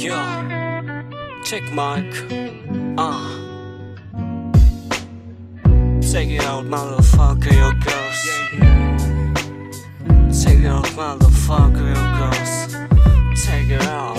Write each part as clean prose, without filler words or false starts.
Yo, check mic. Take it out, motherfucker, yo girls. Take it out, motherfucker, yo girls. Take it out.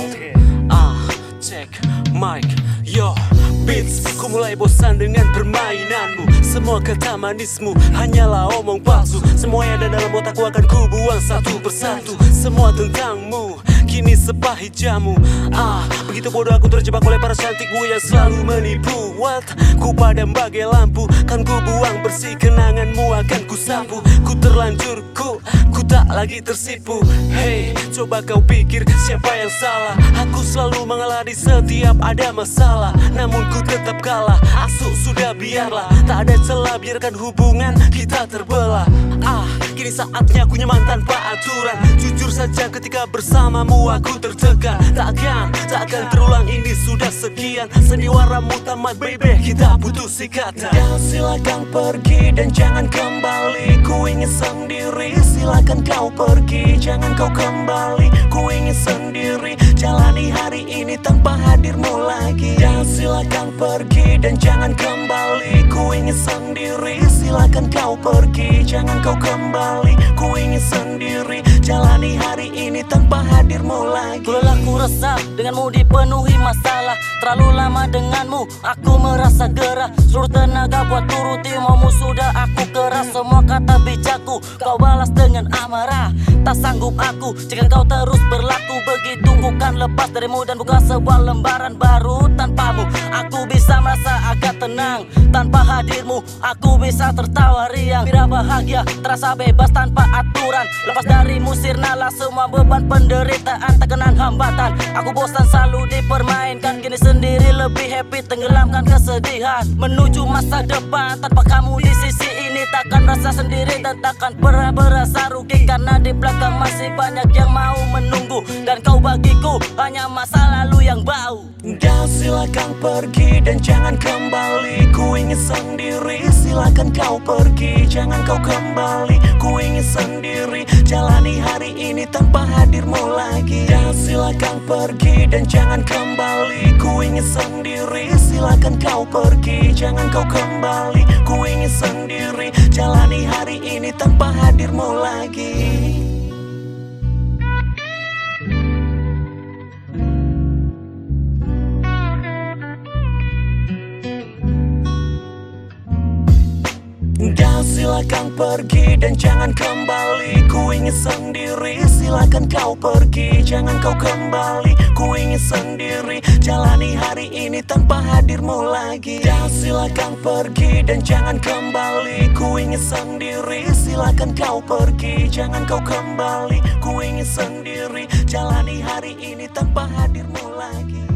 Check mic. Yo, beats. Ku mulai bosan dengan permainanmu. Semua kata manismu hanyalah omong palsu. Semua yang ada dalam otakku akan ku buang satu persatu. Semua tentangmu kini sepahit jamu. Begitu bodoh aku terjebak oleh para cantikmu yang selalu menipu. What? Ku padam bagai lampu. Kan ku buang bersih kenanganmu akan ku sapu. Ku terlanjur, ku tak lagi tersipu. Hey, coba kau pikir siapa yang salah? Aku selalu mengalah di setiap ada masalah. Namun ku tetap kalah. Asuh sudah biarlah. Tak ada celah biarkan hubungan kita terbelah. Kini saatnya aku nyaman tanpa aturan. Jujur saja ketika bersamamu aku tertekan. Takkan terulang, ini sudah sekian. Sandiwaramu tamat baby, kita putus ikatan. Dan silakan pergi dan jangan kembali. Ku ingin sendiri, silakan kau pergi. Jangan kau kembali, ku ingin sendiri. Jalani hari ini tanpa hadirmu lagi. Dan silakan pergi dan jangan kembali. Ku ingin sendiri, silakan kau pergi. Jangan kau kembali, ku ingin sendiri. Jalani hari ini tanpa hadirmu lagi. Lelah ku resah denganmu dipenuhi masalah. Terlalu lama denganmu aku merasa gerah. Seluruh tenaga buat turuti maumu sudah aku keras. Semua kata bijakku kau balas dengan amarah. Tak sanggup aku jika kau terus berlaku begitu. Bukan lepas darimu dan buka sebuah lembaran baru tanpamu. Aku bisa merasa agak tenang tanpa hadirmu. Aku bisa tertawa riang, tidak bahagia, terasa bebas tanpa aturan. Lepas darimu sirnalah semua beban penderitaan. Tak kenal hambatan, aku bosan selalu dipermainkan. Kini sendiri lebih happy, tenggelamkan kesedihan. Menuju masa depan tanpa kamu di sisi ini. Takkan rasa sendiri dan takkan pernah berasa rugi. Karena di belakang masih banyak yang mau menunggu. Dan kau bagiku hanya masa lalu yang bau. Dan silakan pergi dan jangan kembali. Ku ingin sendiri, silakan kau pergi. Jangan kau kembali, ku ingin sendiri. Jalani hari ini tanpa hadirmu lagi. Dan silakan pergi dan jangan kembali. Ku ingin sendiri, silakan kau pergi. Jangan kau kembali, ku ingin sendiri. Jalani hari ini tanpa hadirmu lagi. Dan silakan pergi dan jangan kembali. Ku ingin sendiri, silakan kau pergi. Jangan kau kembali, ku ingin sendiri. Jalani hari ini tanpa hadirmu lagi. Dan silakan pergi dan jangan kembali. Ku ingin sendiri, silakan kau pergi. Jangan kau kembali, ku ingin sendiri. Jalani hari ini tanpa hadirmu lagi.